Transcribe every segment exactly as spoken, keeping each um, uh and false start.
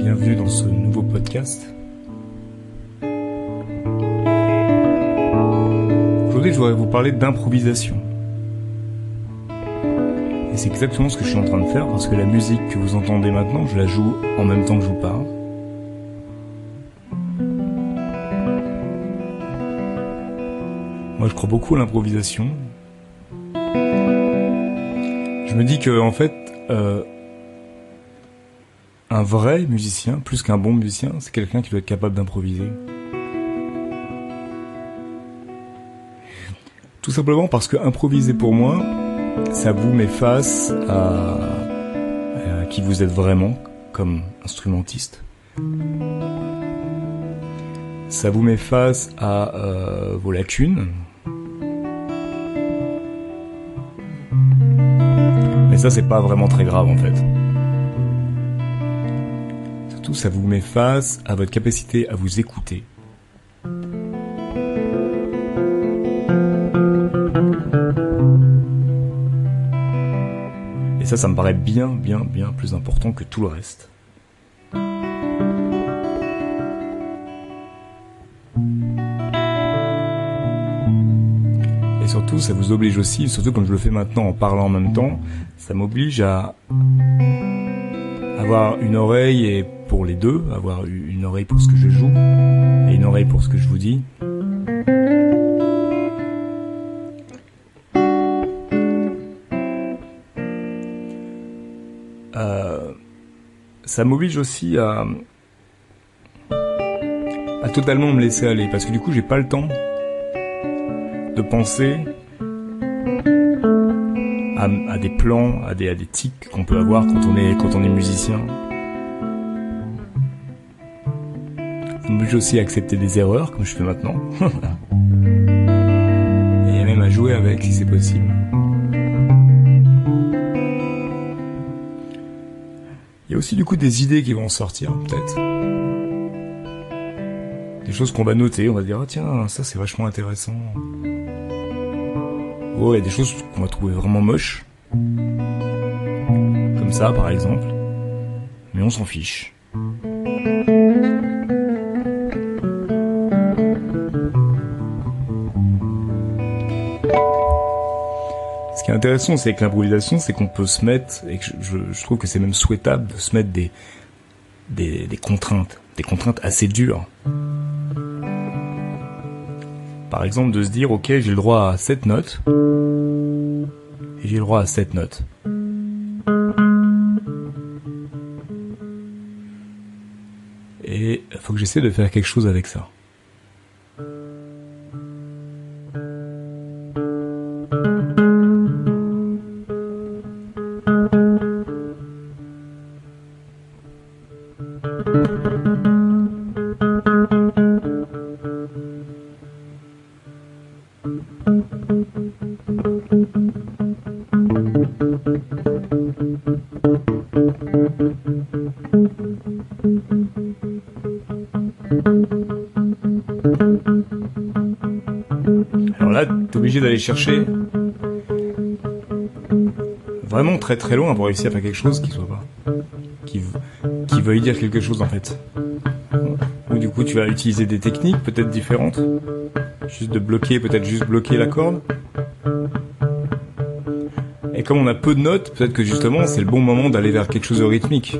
bienvenue dans ce nouveau podcast. Aujourd'hui, je voudrais vous parler d'improvisation. Et c'est exactement ce que je suis en train de faire, parce que la musique que vous entendez maintenant, je la joue en même temps que je vous parle. Moi, je crois beaucoup à l'improvisation. Je me dis que, en fait, euh, un vrai musicien, plus qu'un bon musicien, c'est quelqu'un qui doit être capable d'improviser. Tout simplement parce que improviser pour moi, ça vous met face à, à qui vous êtes vraiment comme instrumentiste. Ça vous met face à euh, vos lacunes. Mais ça, c'est pas vraiment très grave en fait. Surtout, ça vous met face à votre capacité à vous écouter. Et ça, ça me paraît bien, bien, bien plus important que tout le reste. Et surtout, ça vous oblige aussi, surtout comme je le fais maintenant en parlant en même temps, ça m'oblige à avoir une oreille et pour les deux, avoir une oreille pour ce que je joue et une oreille pour ce que je vous dis. Euh, ça m'oblige aussi à, à totalement me laisser aller, parce que du coup j'ai pas le temps de penser à, à des plans, à des, à des tics qu'on peut avoir quand on est, quand on est musicien. Ça m'oblige aussi à accepter des erreurs, comme je fais maintenant. Et même à jouer avec, si c'est possible. Il y a aussi du coup des idées qui vont sortir, peut-être. Des choses qu'on va noter, on va dire, ah tiens, ça c'est vachement intéressant. Oh, il y a des choses qu'on va trouver vraiment moches. Comme ça, par exemple. Mais on s'en fiche. Ce qui est intéressant, c'est avec l'improvisation, c'est qu'on peut se mettre, et que je, je trouve que c'est même souhaitable de se mettre des, des, des contraintes, des contraintes assez dures. Par exemple, de se dire, ok, j'ai le droit à sept notes, et j'ai le droit à sept notes. Et il faut que j'essaie de faire quelque chose avec ça. Alors là, t'es obligé d'aller chercher vraiment très très loin pour réussir à faire quelque chose qui soit pas, qui, qui veuille dire quelque chose en fait. Ou du coup, tu vas utiliser des techniques peut-être différentes, juste de bloquer, peut-être juste bloquer la corde. Et comme on a peu de notes, peut-être que justement, c'est le bon moment d'aller vers quelque chose de rythmique.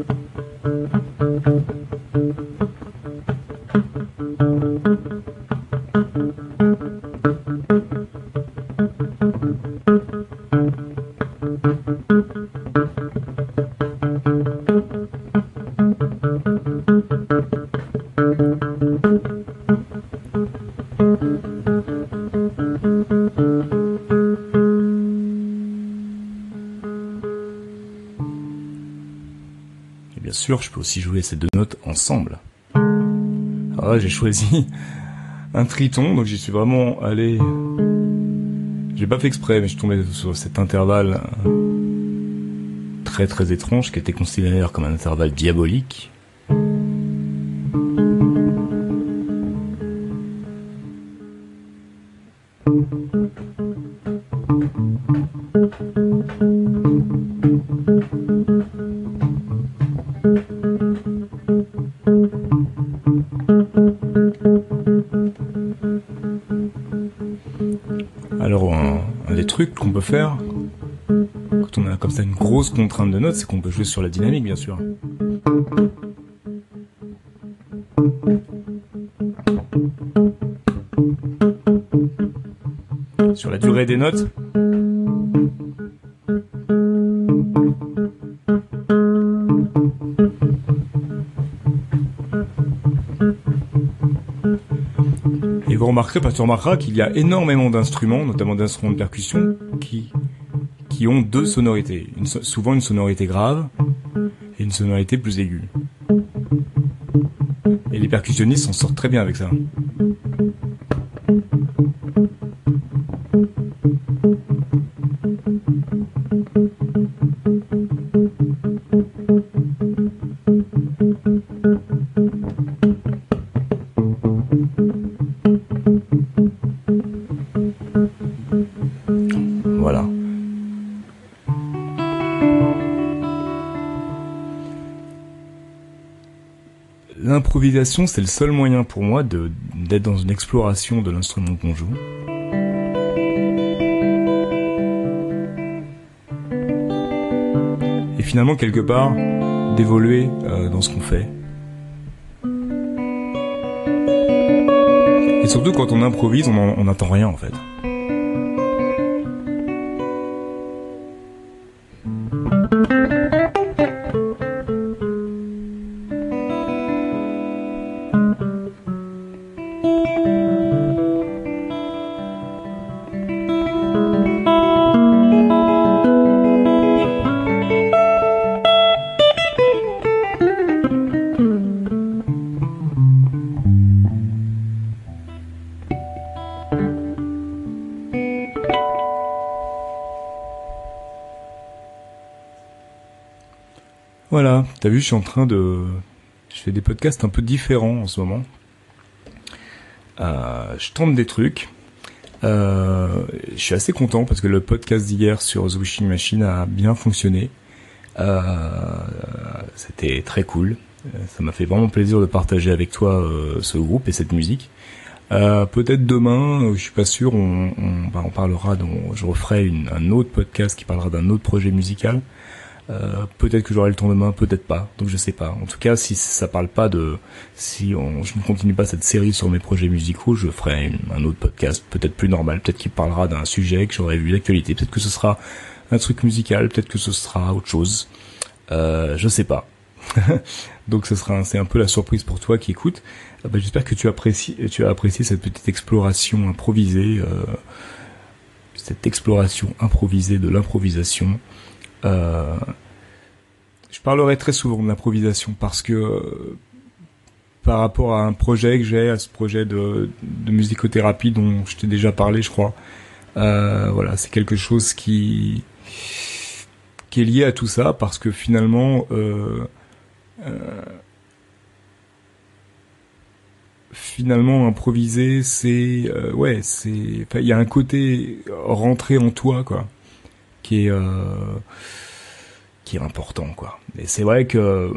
Et bien sûr, je peux aussi jouer ces deux notes ensemble. Alors là, j'ai choisi un triton, donc j'y suis vraiment allé... J'ai pas fait exprès, mais je tombais sur cet intervalle très très étrange, qui était considéré comme un intervalle diabolique. qu'on peut faire, quand on a comme ça une grosse contrainte de notes, c'est qu'on peut jouer sur la dynamique, bien sûr. Sur la durée des notes. Et vous remarquerez, tu remarqueras qu'il y a énormément d'instruments, notamment d'instruments de percussion, qui, qui ont deux sonorités. Une, souvent une sonorité grave et une sonorité plus aiguë. Et les percussionnistes s'en sortent très bien avec ça. Voilà. L'improvisation, c'est le seul moyen pour moi de, d'être dans une exploration de l'instrument qu'on joue. Et finalement, quelque part, d'évoluer euh, dans ce qu'on fait. Et surtout, quand on improvise, on n'attend rien, en fait. Voilà, t'as vu, je suis en train de... Je fais des podcasts un peu différents en ce moment. Euh, je tente des trucs. Euh, je suis assez content parce que le podcast d'hier sur The Wishing Machine a bien fonctionné. Euh, c'était très cool. Ça m'a fait vraiment plaisir de partager avec toi euh, ce groupe et cette musique. Euh, peut-être demain, je suis pas sûr, on, on, bah, on parlera, donc, je referai une, un autre podcast qui parlera d'un autre projet musical. Euh, peut-être que j'aurai le temps demain, peut-être pas, donc je sais pas. En tout cas, si ça parle pas de, si on, je ne continue pas cette série sur mes projets musicaux, je ferai une, un autre podcast, peut-être plus normal, peut-être qu'il parlera d'un sujet que j'aurais vu d'actualité, peut-être que ce sera un truc musical, peut-être que ce sera autre chose, euh, je sais pas. Donc ce sera, c'est un peu la surprise pour toi qui écoute. Euh, bah, j'espère que tu apprécies, tu as apprécié cette petite exploration improvisée, euh, cette exploration improvisée de l'improvisation. Euh, je parlerai très souvent de l'improvisation parce que euh, par rapport à un projet que j'ai, à ce projet de, de musicothérapie dont je t'ai déjà parlé, je crois, euh, voilà, c'est quelque chose qui qui est lié à tout ça parce que finalement, euh, euh, finalement improviser, c'est euh, ouais, c'est, enfin, il y a un côté rentré en toi, quoi, qui est euh, qui est important, quoi. Et c'est vrai que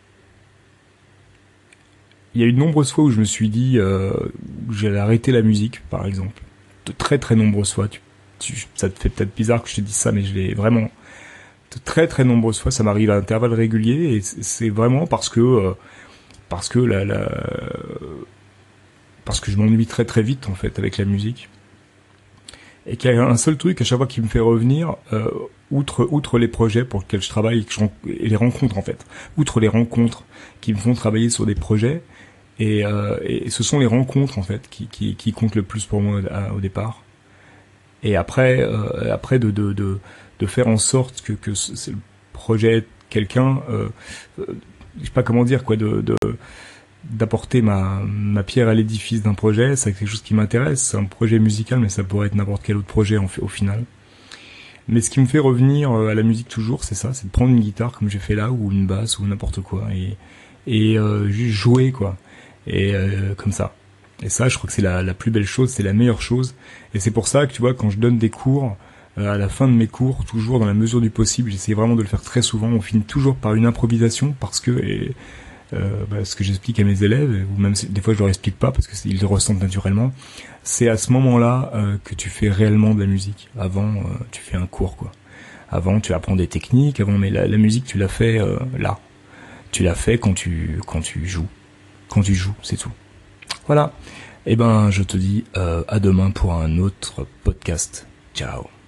il y a eu de nombreuses fois où je me suis dit euh, où j'allais arrêter la musique, par exemple, de très très nombreuses fois. Tu, tu, ça te fait peut-être bizarre que je te dise ça, mais je l'ai vraiment de très très nombreuses fois. Ça m'arrive à intervalles réguliers et c'est vraiment parce que euh, parce que la, la parce que je m'ennuie très très vite en fait avec la musique. Et qu'il y a un seul truc à chaque fois qui me fait revenir, euh, outre outre les projets pour lesquels je travaille et, que je, et les rencontres en fait, outre les rencontres qui me font travailler sur des projets, et, euh, et ce sont les rencontres en fait qui qui, qui comptent le plus pour moi à, au départ. Et après euh, après de de de de faire en sorte que que ce, le projet de quelqu'un, euh, euh, je sais pas comment dire quoi, de de d'apporter ma ma pierre à l'édifice d'un projet, c'est quelque chose qui m'intéresse, c'est un projet musical, mais ça pourrait être n'importe quel autre projet en, au final. Mais ce qui me fait revenir à la musique toujours, c'est ça, c'est de prendre une guitare comme j'ai fait là, ou une basse, ou n'importe quoi, et et euh, juste jouer, quoi, et euh, comme ça. Et ça, je crois que c'est la la plus belle chose, c'est la meilleure chose, et c'est pour ça que tu vois, quand je donne des cours, euh, à la fin de mes cours, toujours dans la mesure du possible, j'essaie vraiment de le faire très souvent, on finit toujours par une improvisation, parce que et, euh, bah, ce que j'explique à mes élèves, ou même si, des fois je leur explique pas parce que ils le ressentent naturellement, c'est à ce moment-là euh, que tu fais réellement de la musique. Avant, euh, tu fais un cours, quoi. Avant, tu apprends des techniques, avant, mais la, la musique, tu l'as fait euh, là. Tu l'as fait quand tu quand tu joues. Quand tu joues, c'est tout. Voilà. Eh ben, je te dis euh, à demain pour un autre podcast. Ciao.